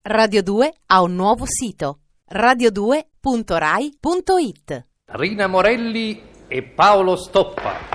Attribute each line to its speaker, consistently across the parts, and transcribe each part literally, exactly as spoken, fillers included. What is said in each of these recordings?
Speaker 1: Radio due ha un nuovo sito, radio due punto rai punto it.
Speaker 2: Rina Morelli e Paolo Stoppa.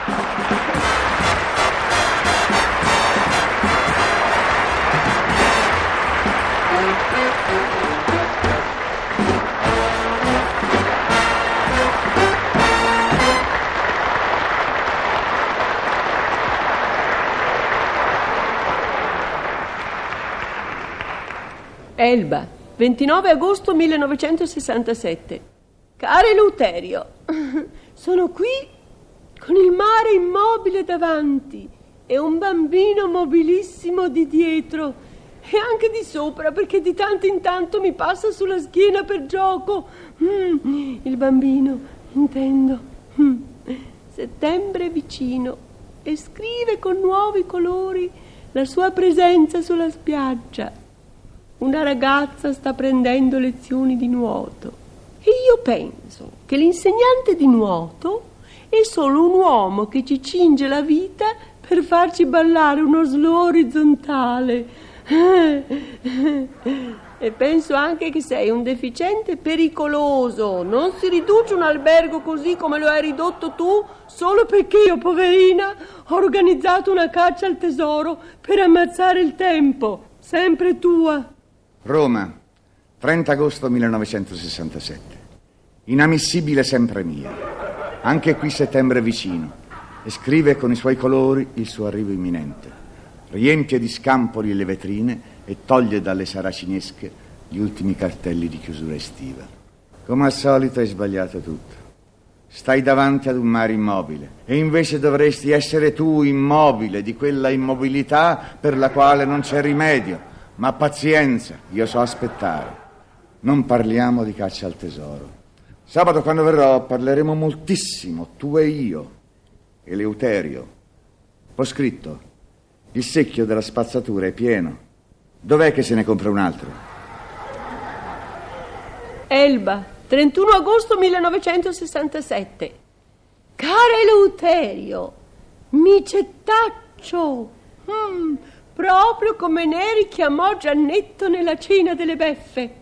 Speaker 3: Elba, ventinove agosto millenovecentosessantasette. Caro Eleuterio, sono qui con il mare immobile davanti e un bambino mobilissimo di dietro e anche di sopra, perché di tanto in tanto mi passa sulla schiena per gioco. Mm, il bambino, intendo. Mm. Settembre è vicino e scrive con nuovi colori la sua presenza sulla spiaggia. Una ragazza sta prendendo lezioni di nuoto e io penso che l'insegnante di nuoto è solo un uomo che ci cinge la vita per farci ballare uno slow orizzontale. E penso anche che sei un deficiente pericoloso. Non si riduce un albergo così come lo hai ridotto tu solo perché io, poverina, ho organizzato una caccia al tesoro per ammazzare il tempo. Sempre tua.
Speaker 4: Roma, trenta agosto millenovecentosessantasette. Inammissibile sempre mia. Anche qui settembre è vicino e scrive con i suoi colori il suo arrivo imminente. Riempie di scampoli le vetrine e toglie dalle saracinesche gli ultimi cartelli di chiusura estiva. Come al solito hai sbagliato tutto. Stai davanti ad un mare immobile e invece dovresti essere tu immobile di quella immobilità per la quale non c'è rimedio. Ma pazienza, io so aspettare. Non parliamo di caccia al tesoro. Sabato, quando verrò, parleremo moltissimo, tu e io. Eleuterio. Ho scritto. Il secchio della spazzatura è pieno. Dov'è che se ne compra un altro?
Speaker 3: Elba, trentuno agosto millenovecentosessantasette. Caro Eleuterio, micetaccio. Mm. Proprio come ne richiamò Giannetto nella cena delle beffe.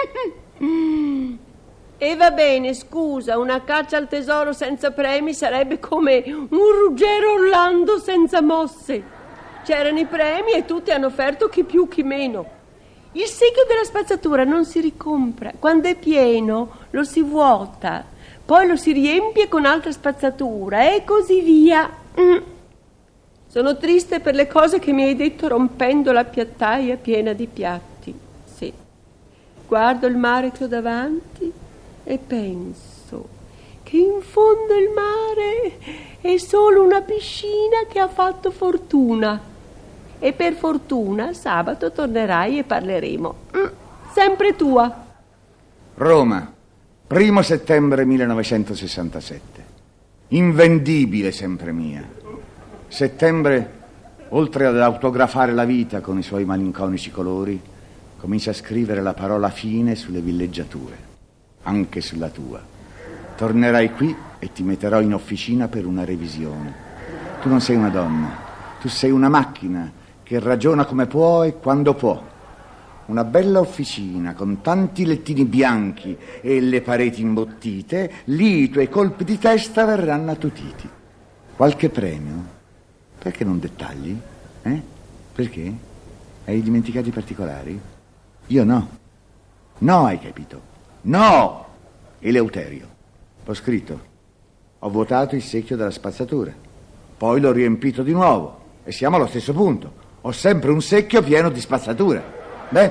Speaker 3: E va bene, scusa, una caccia al tesoro senza premi sarebbe come un Ruggero Orlando senza mosse. C'erano i premi e tutti hanno offerto chi più chi meno. Il secchio della spazzatura non si ricompra. Quando è pieno lo si vuota, poi lo si riempie con altra spazzatura e così via. Mm. Sono triste per le cose che mi hai detto rompendo la piattaia piena di piatti. Sì. Guardo il mare che ho davanti e penso che in fondo il mare è solo una piscina che ha fatto fortuna. E per fortuna sabato tornerai e parleremo. Mm, sempre tua.
Speaker 4: Roma, primo settembre millenovecentosessantasette. Invendibile sempre mia. Settembre, oltre ad autografare la vita con i suoi malinconici colori, comincia a scrivere la parola fine sulle villeggiature, anche sulla tua. Tornerai qui e ti metterò in officina per una revisione. Tu non sei una donna, tu sei una macchina che ragiona come può e quando può. Una bella officina con tanti lettini bianchi e le pareti imbottite, lì i tuoi colpi di testa verranno attutiti. Qualche premio? Perché non dettagli? Eh? Perché? Hai dimenticato i particolari? Io no. No, hai capito? No! Eleuterio. Ho scritto. Ho votato il secchio della spazzatura. Poi l'ho riempito di nuovo. E siamo allo stesso punto. Ho sempre un secchio pieno di spazzatura. Beh.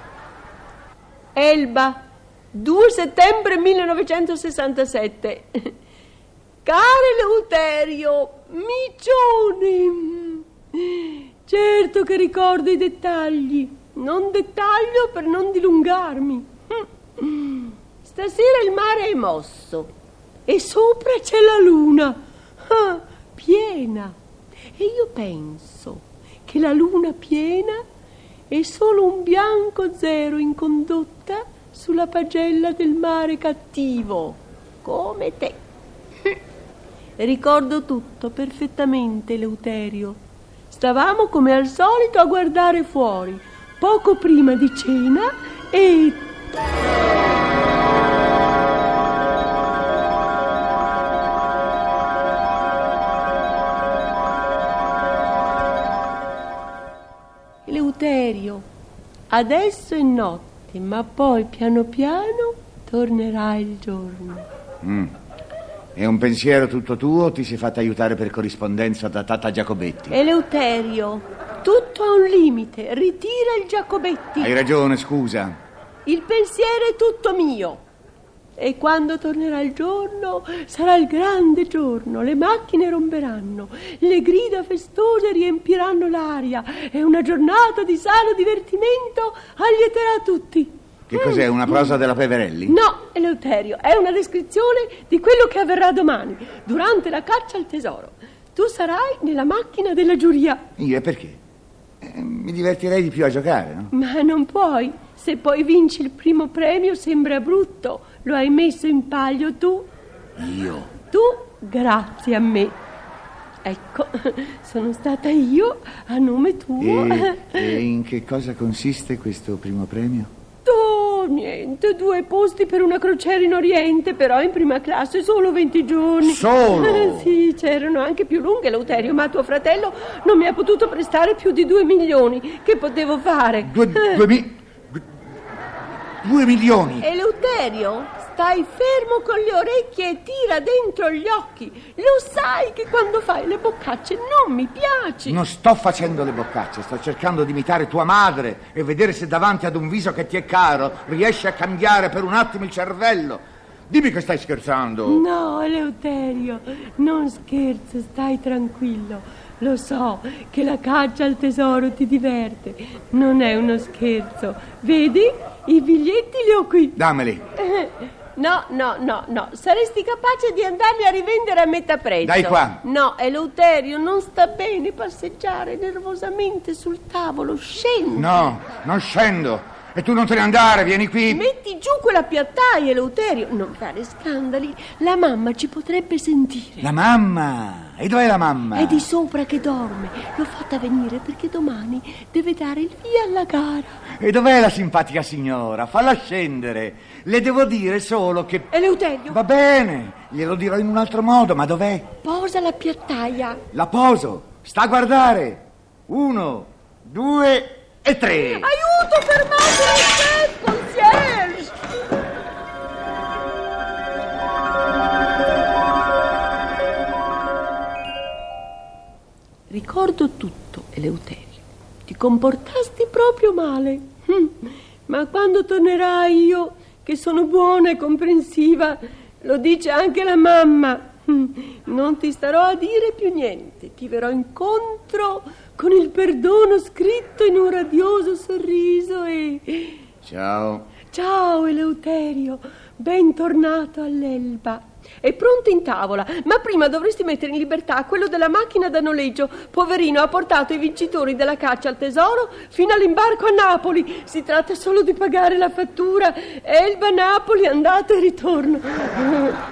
Speaker 3: Elba, due settembre millenovecentosessantasette. Caro Eleuterio, micione! Certo che ricordo i dettagli. Non dettaglio per non dilungarmi. Stasera il mare è mosso e sopra c'è la luna, ah, piena. E io penso che la luna piena è solo un bianco zero in condotta sulla pagella del mare cattivo, come te. Ricordo tutto perfettamente, Eleuterio. Stavamo come al solito a guardare fuori, poco prima di cena e... Eleuterio, adesso è notte, ma poi piano piano tornerà il giorno.
Speaker 4: Mm. È un pensiero tutto tuo o ti sei fatta aiutare per corrispondenza da Tata Giacobetti?
Speaker 3: Eleuterio, tutto ha un limite, ritira il Giacobetti.
Speaker 4: Hai ragione, scusa.
Speaker 3: Il pensiero è tutto mio. E quando tornerà il giorno, sarà il grande giorno, le macchine romperanno, le grida festose riempiranno l'aria e una giornata di sano divertimento allieterà tutti.
Speaker 4: Che cos'è, una prosa della Peverelli?
Speaker 3: No, Eleuterio, è una descrizione di quello che avverrà domani, durante la caccia al tesoro. Tu sarai nella macchina della giuria.
Speaker 4: Io, e perché? Eh, mi divertirei di più a giocare, no?
Speaker 3: Ma non puoi. Se poi vinci il primo premio sembra brutto. Lo hai messo in palio tu.
Speaker 4: Io?
Speaker 3: Tu, grazie a me. Ecco, sono stata io a nome tuo.
Speaker 4: E, e in che cosa consiste questo primo premio?
Speaker 3: Oh, niente, due posti per una crociera in Oriente, però in prima classe solo venti giorni.
Speaker 4: Solo?
Speaker 3: Sì, c'erano anche più lunghe, Eleuterio, ma tuo fratello non mi ha potuto prestare più di due milioni. Che potevo fare?
Speaker 4: Due, due, mi, due milioni?
Speaker 3: Eleuterio, stai fermo con le orecchie e tira dentro gli occhi. Lo sai che quando fai le boccacce non mi piaci.
Speaker 4: Non sto facendo le boccacce, sto cercando di imitare tua madre e vedere se davanti ad un viso che ti è caro riesci a cambiare per un attimo il cervello. Dimmi che stai scherzando.
Speaker 3: No, Eleuterio, non scherzo, stai tranquillo. Lo so che la caccia al tesoro ti diverte. Non è uno scherzo. Vedi? I biglietti li ho qui.
Speaker 4: Dammeli.
Speaker 3: No, no, no, no. Saresti capace di andarli a rivendere a metà prezzo.
Speaker 4: Dai qua.
Speaker 3: No, Eleuterio, non sta bene passeggiare nervosamente sul tavolo. Scendi.
Speaker 4: No, non scendo. E tu non te ne andare, vieni qui.
Speaker 3: Metti giù quella piattaia, Eleuterio. Non fare scandali. La mamma ci potrebbe sentire.
Speaker 4: La mamma? E dov'è la mamma?
Speaker 3: È di sopra che dorme. L'ho fatta venire perché domani deve dare il via alla gara.
Speaker 4: E dov'è la simpatica signora? Falla scendere. Le devo dire solo che...
Speaker 3: Eleuterio.
Speaker 4: Va bene, glielo dirò in un altro modo, ma dov'è?
Speaker 3: Posa la piattaia.
Speaker 4: La poso. Sta a guardare. Uno, due e tre.
Speaker 3: Aiuto, fermatelo, chef, concierge. Ricordo tutto, Eleuterio. Ti comportasti proprio male. Hm. Ma quando tornerai io, che sono buona e comprensiva, lo dice anche la mamma, hm. non ti starò a dire più niente. Ti verrò incontro con il perdono scritto in un radioso sorriso e...
Speaker 4: Ciao.
Speaker 3: Ciao, Eleuterio. Bentornato all'Elba. È pronto in tavola, ma prima dovresti mettere in libertà quello della macchina da noleggio. Poverino, ha portato i vincitori della caccia al tesoro fino all'imbarco a Napoli. Si tratta solo di pagare la fattura. Elba-Napoli, andata e ritorno.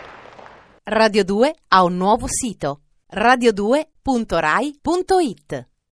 Speaker 1: Radio due ha un nuovo sito, radio due punto rai punto it.